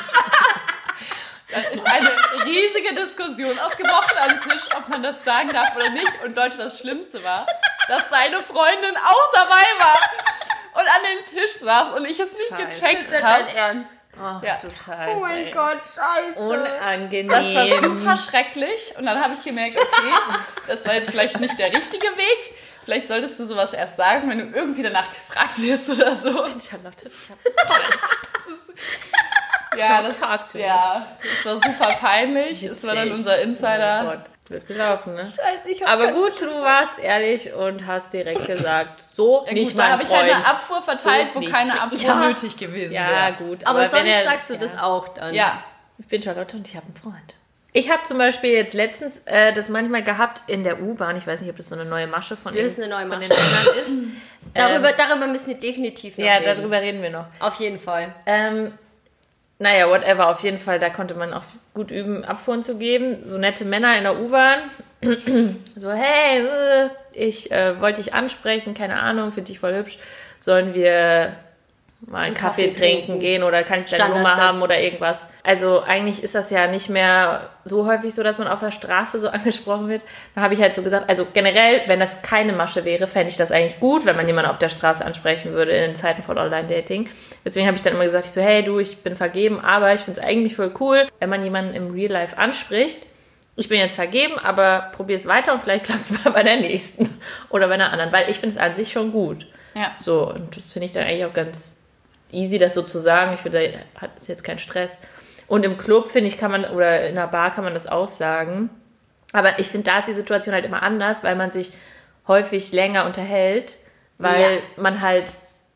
Dann ist eine riesige Diskussion ausgebrochen am Tisch, ob man das sagen darf oder nicht. Und Leute, das Schlimmste war, dass seine Freundin auch dabei war und an dem Tisch saß und ich es nicht gecheckt habe. Ernst? Ach, Ja. du Scheiße. Oh mein Gott, scheiße. Unangenehm. Das war super schrecklich. Und dann habe ich gemerkt, okay, das war jetzt vielleicht nicht der richtige Weg. Vielleicht solltest du sowas erst sagen, wenn du irgendwie danach gefragt wirst oder so. Charlotte, ich hab Ja, das das war super peinlich. Es war dann unser Oh Insider. Gott, wird gelaufen, ne? Scheiße, ich hab Aber ganz gut, du warst ehrlich und hast direkt gesagt, so Ja, nicht gut, da mein habe ich Freund. halt eine Abfuhr verteilt, So wo nicht. keine Abfuhr Ja. nötig gewesen Ja, wäre. gut. Aber sonst wenn er, sagst du das auch dann. Ja, Ich bin Charlotte und ich habe einen Freund. Ich habe zum Beispiel jetzt letztens das manchmal gehabt in der U-Bahn. Ich weiß nicht, ob das so eine neue Masche von Das ist den, eine neue von den Masche. Männern ist. Darüber müssen wir definitiv noch Ja, reden. darüber reden wir noch. Auf jeden Fall. Naja, whatever. Auf jeden Fall, da konnte man auch gut üben, Abfuhren zu geben. So nette Männer in der U-Bahn. So, hey, ich wollte dich ansprechen, keine Ahnung, finde dich voll hübsch. Sollen wir mal einen Kaffee trinken gehen oder kann ich deine Nummer Standardsatz. haben oder irgendwas? Also eigentlich ist das ja nicht mehr so häufig so, dass man auf der Straße so angesprochen wird. Da habe ich halt so gesagt, also generell, wenn das keine Masche wäre, fände ich das eigentlich gut, wenn man jemanden auf der Straße ansprechen würde in Zeiten von Online-Dating. Deswegen habe ich dann immer gesagt, ich so, hey du, ich bin vergeben, aber ich finde es eigentlich voll cool, wenn man jemanden im Real Life anspricht. Ich bin jetzt vergeben, aber probier es weiter und vielleicht klappt es mal bei der nächsten oder bei einer anderen, weil ich finde es an sich schon gut. ja. So, und das finde ich dann eigentlich auch ganz easy, das so zu sagen. Ich finde, da ist jetzt kein Stress. Und im Club, finde ich, kann man, oder in einer Bar kann man das auch sagen. Aber ich finde, da ist die Situation halt immer anders, weil man sich häufig länger unterhält, weil man halt,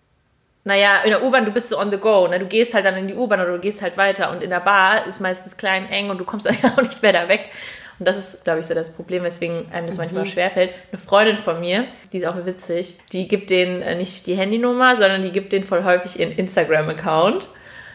naja, in der U-Bahn, du bist so on the go, ne? Du gehst halt dann in die U-Bahn oder du gehst halt weiter. Und in der Bar ist meistens klein, eng und du kommst dann ja auch nicht mehr da weg. Und das ist, glaube ich, so das Problem, weswegen einem das manchmal schwerfällt. Eine Freundin von mir, die ist auch witzig, die gibt denen nicht die Handynummer, sondern die gibt denen voll häufig ihren Instagram-Account.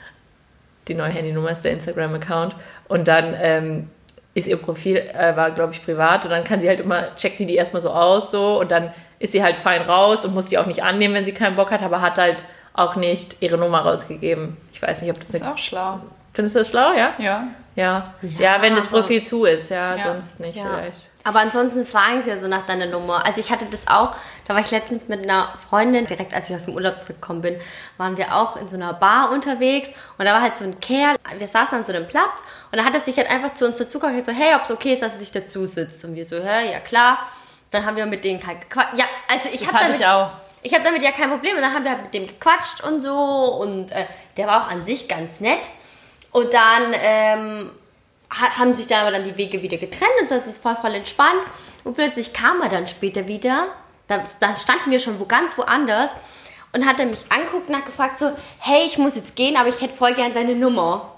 Die neue Handynummer ist der Instagram-Account. Und dann ist ihr Profil, war, glaube ich, privat. Und dann kann sie halt immer, checkt die erstmal so aus, so. Und dann ist sie halt fein raus und muss die auch nicht annehmen, wenn sie keinen Bock hat, aber hat halt auch nicht ihre Nummer rausgegeben. Ich weiß nicht, ob das Ist auch schlau. Findest du das schlau, ja? Ja. Ja, wenn das aber- Profil zu ist, ja, Ja. sonst nicht Ja. vielleicht. Aber ansonsten fragen sie ja so nach deiner Nummer. Also ich hatte das auch, da war ich letztens mit einer Freundin, direkt als ich aus dem Urlaub zurückgekommen bin, waren wir auch in so einer Bar unterwegs und da war halt so ein Kerl, wir saßen an so einem Platz und da hat er sich halt einfach zu uns dazugekommen und gesagt so, hey, ob es okay ist, dass er sich dazu sitzt. Und wir so, hä, ja klar. Dann haben wir mit denen halt gequatscht. Ja, also ich Das habe hatte damit, ich auch. ich habe damit ja kein Problem. Und dann haben wir halt mit dem gequatscht und so und der war auch an sich ganz nett. Und dann haben sich da aber dann die Wege wieder getrennt und so, es ist voll entspannt. Und plötzlich kam er dann später wieder, da standen wir schon ganz woanders und hat er mich angeguckt und hat gefragt so, hey, ich muss jetzt gehen, aber ich hätte voll gern deine Nummer.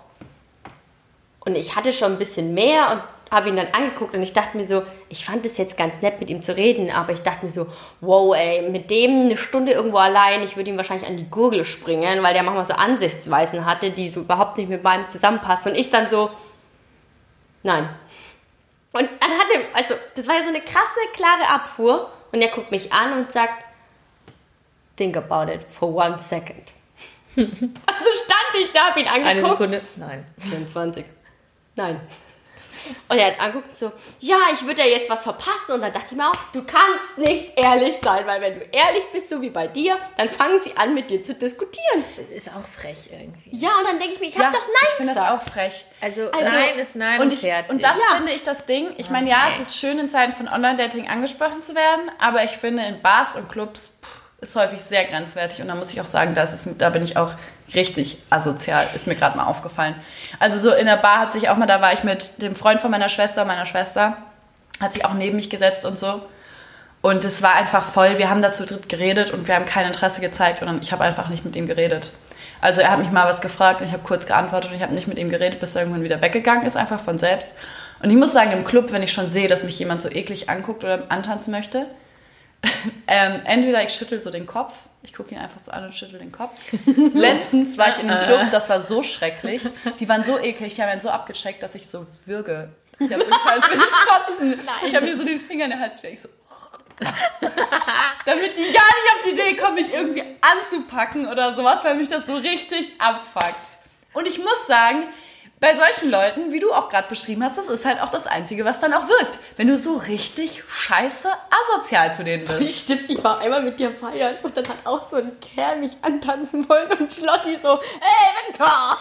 Und ich hatte schon ein bisschen mehr und habe ihn dann angeguckt und ich dachte mir so, ich fand es jetzt ganz nett, mit ihm zu reden, aber ich dachte mir so, wow, ey, mit dem eine Stunde irgendwo allein, ich würde ihm wahrscheinlich an die Gurgel springen, weil der manchmal so Ansichtsweisen hatte, die so überhaupt nicht mit meinem zusammenpassen. Und ich dann so, nein. Und dann hat er, also das war ja so eine krasse, klare Abfuhr und er guckt mich an und sagt, think about it for 1 second. Also stand ich da, hab ihn Eine angeguckt. Sekunde? Nein. 24. Nein. Und er hat angeguckt so, ja, ich würde ja jetzt was verpassen. Und dann dachte ich mir auch, du kannst nicht ehrlich sein, weil wenn du ehrlich bist, so wie bei dir, dann fangen sie an, mit dir zu diskutieren. Ist auch frech irgendwie. Ja, und dann denke ich mir, ich habe doch ich Nein finde das gesagt. auch frech. Also Nein ist Nein und fertig. Und das finde ich das Ding. Ich meine, ja, es ist schön, in Zeiten von Online-Dating angesprochen zu werden, aber ich finde, in Bars und Clubs ist häufig sehr grenzwertig. Und da muss ich auch sagen, da bin ich auch richtig asozial, ist mir gerade mal aufgefallen. Also so in der Bar da war ich mit dem Freund von meiner Schwester, hat sich auch neben mich gesetzt und so. Und es war einfach voll, wir haben da zu dritt geredet und wir haben kein Interesse gezeigt und ich habe einfach nicht mit ihm geredet. Also er hat mich mal was gefragt und ich habe kurz geantwortet und ich habe nicht mit ihm geredet, bis er irgendwann wieder weggegangen ist, einfach von selbst. Und ich muss sagen, im Club, wenn ich schon sehe, dass mich jemand so eklig anguckt oder antanzen möchte, entweder ich schüttel so den Kopf, ich gucke ihn einfach so an und schüttel den Kopf. Letztens war ich in einem Club, das war so schrecklich. Die waren so eklig, die haben ihn so abgecheckt, dass ich so würge. Ich habe so ein kleines bisschen kotzen. Ich habe mir so den Finger in den Hals gesteckt. Ich so, damit die gar nicht auf die Idee kommen, mich irgendwie anzupacken oder sowas, weil mich das so richtig abfuckt. Und ich muss sagen, bei solchen Leuten, wie du auch gerade beschrieben hast, das ist halt auch das Einzige, was dann auch wirkt. Wenn du so richtig scheiße asozial zu denen bist. Stimmt, ich war einmal mit dir feiern und dann hat auch so ein Kerl mich antanzen wollen und Schlotti so, ey, Victor!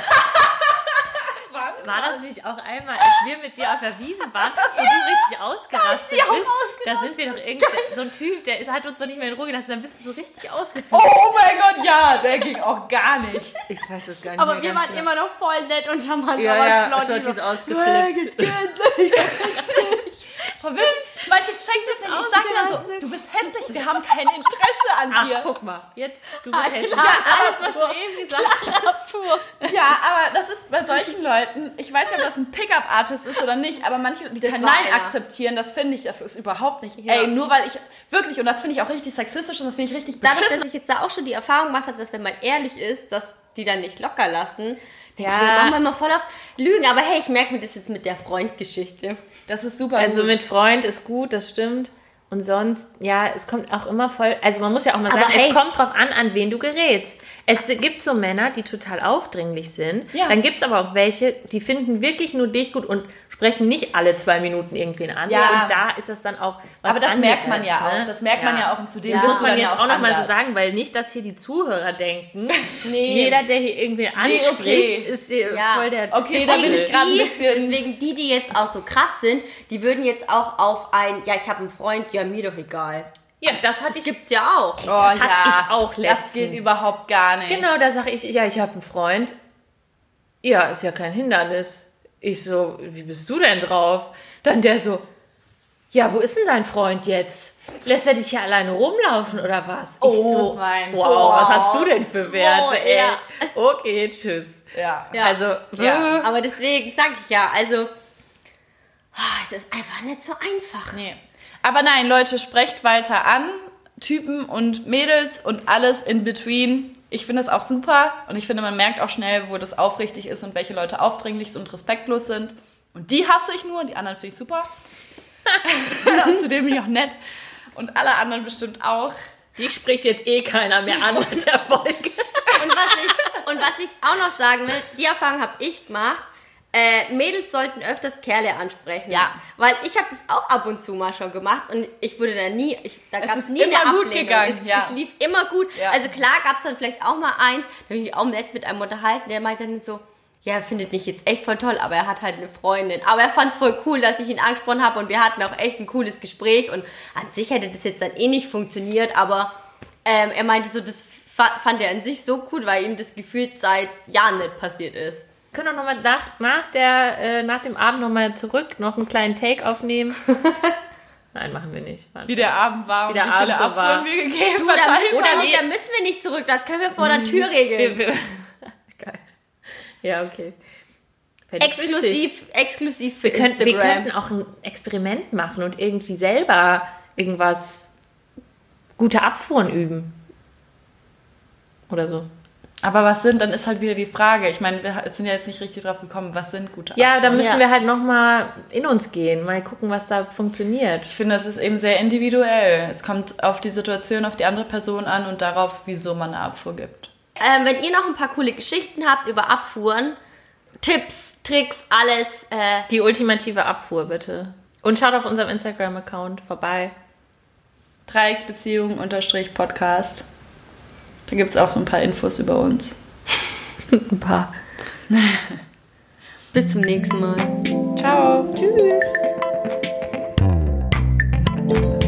War das nicht auch einmal, als wir mit dir auf der Wiese waren und du richtig ausgerastet bist? Da sind wir doch irgendwie, so ein Typ, hat uns doch nicht mehr in Ruhe gelassen, dann bist du so richtig ausgeflippt. Oh mein Gott, ja, der ging auch gar nicht. Ich weiß es gar nicht Aber mehr wir ganz waren genau. immer noch voll nett und charmant, Ja, aber Schlotti ist so, ausgeflippt. jetzt geht's. Aber wirklich, manche checken das nicht. Ich sag dann so, du bist hässlich, wir haben kein Interesse an Ach, dir. guck mal, jetzt, du bist hässlich. klar. Alles, was du eben gesagt hast. Ja, aber das ist bei solchen Leuten, ich weiß nicht, ob das ein Pickup-Artist ist oder nicht, aber manche, die Das kein war Nein einer. akzeptieren, das finde ich, das ist überhaupt nicht. Ey, nur weil ich, wirklich, und das finde ich auch richtig sexistisch und das finde ich richtig Dadurch, beschissen. dass ich jetzt da auch schon die Erfahrung gemacht habe, dass wenn man ehrlich ist, dass die dann nicht locker lassen, denke Ja. ich mir, machen wir mal voll auf Lügen. Aber hey, ich merke mir das jetzt mit der Freundgeschichte. Das ist super Also gut. mit Freund ist gut, das stimmt. Und sonst, ja, es kommt auch immer voll, also man muss ja auch mal Aber sagen, hey. es kommt drauf an wen du gerätst. Es gibt so Männer, die total aufdringlich sind. Ja. Dann gibt es aber auch welche, die finden wirklich nur dich gut und sprechen nicht alle 2 Minuten irgendwen an. Ja. Und da ist das dann auch was aber das anderes, merkt man ja ne? auch. Das merkt man ja auch und zu dem Das bist muss du man dann jetzt ja auch noch mal so anders. sagen, weil nicht, dass hier die Zuhörer denken, Nee. jeder, der hier irgendwen anspricht, okay. ist hier Ja. voll der Okay, da bin ich gerade ein bisschen... Deswegen die jetzt auch so krass sind, die würden jetzt auch auf ja, ich habe einen Freund, ja, mir doch egal. Ja, das hatte Das ich gibt's ja auch. Oh, das hatte ich auch letztens. Das geht überhaupt gar nicht. Genau, da sage ich, ja, ich habe einen Freund. Ja, ist ja kein Hindernis. Ich so, wie bist du denn drauf? Dann der so, ja, wo ist denn dein Freund jetzt? Lässt er dich hier alleine rumlaufen oder was? Oh, ich so, mein wow, Gott. was hast du denn für Werte, Oh, ey? ja. Okay, tschüss. Ja. Ja. Also, Ja. Aber deswegen sage ich ja, also, es ist einfach nicht so einfach. Nee. Aber nein, Leute, sprecht weiter an. Typen und Mädels und alles in between. Ich finde das auch super und ich finde, man merkt auch schnell, wo das aufrichtig ist und welche Leute aufdringlich und respektlos sind. Und die hasse ich nur, die anderen finde ich super. Und zudem bin ich auch nett. Und alle anderen bestimmt auch. die spricht jetzt eh keiner mehr an mit der Folge. Und was ich auch noch sagen will, die Erfahrung habe ich gemacht, Mädels sollten öfters Kerle ansprechen. Ja. Weil ich habe das auch ab und zu mal schon gemacht und ich wurde da nie, da Es gab ist es nie eine immer gut Ablehnung. gegangen, ja. Es lief immer gut. Ja. Also klar gab es dann vielleicht auch mal eins, da habe ich mich auch nett mit einem unterhalten, der meinte dann so, ja, er findet mich jetzt echt voll toll, aber er hat halt eine Freundin. Aber er fand es voll cool, dass ich ihn angesprochen habe und wir hatten auch echt ein cooles Gespräch und an sich hätte das jetzt dann eh nicht funktioniert, aber er meinte so, das fand er an sich so gut, weil ihm das gefühlt seit Jahren nicht passiert ist. Wir können auch nochmal nach dem Abend nochmal zurück, noch einen kleinen Take aufnehmen. Nein, machen wir nicht. Wie der Abend war und Wie der wie viele Abend so war. Abfuhren wir gegeben Du, da müssen, Oder wir nicht, da müssen wir nicht zurück, das können wir vor der Tür regeln. Geil. Ja, okay. Fänd ich witzig. Exklusiv für Wir Instagram. könnten auch ein Experiment machen und irgendwie selber irgendwas, gute Abfuhren üben. Oder so. Aber was dann ist halt wieder die Frage. Ich meine, wir sind ja jetzt nicht richtig drauf gekommen, was sind gute Ja, da Abfuhren? müssen Ja. wir halt nochmal in uns gehen, mal gucken, was da funktioniert. Ich finde, das ist eben sehr individuell. Es kommt auf die Situation, auf die andere Person an und darauf, wieso man eine Abfuhr gibt. Wenn ihr noch ein paar coole Geschichten habt über Abfuhren, Tipps, Tricks, alles. Die ultimative Abfuhr, bitte. Und schaut auf unserem Instagram-Account vorbei. Dreiecksbeziehung_Podcast. Da gibt es auch so ein paar Infos über uns. Ein paar. Bis zum nächsten Mal. Ciao. Tschüss.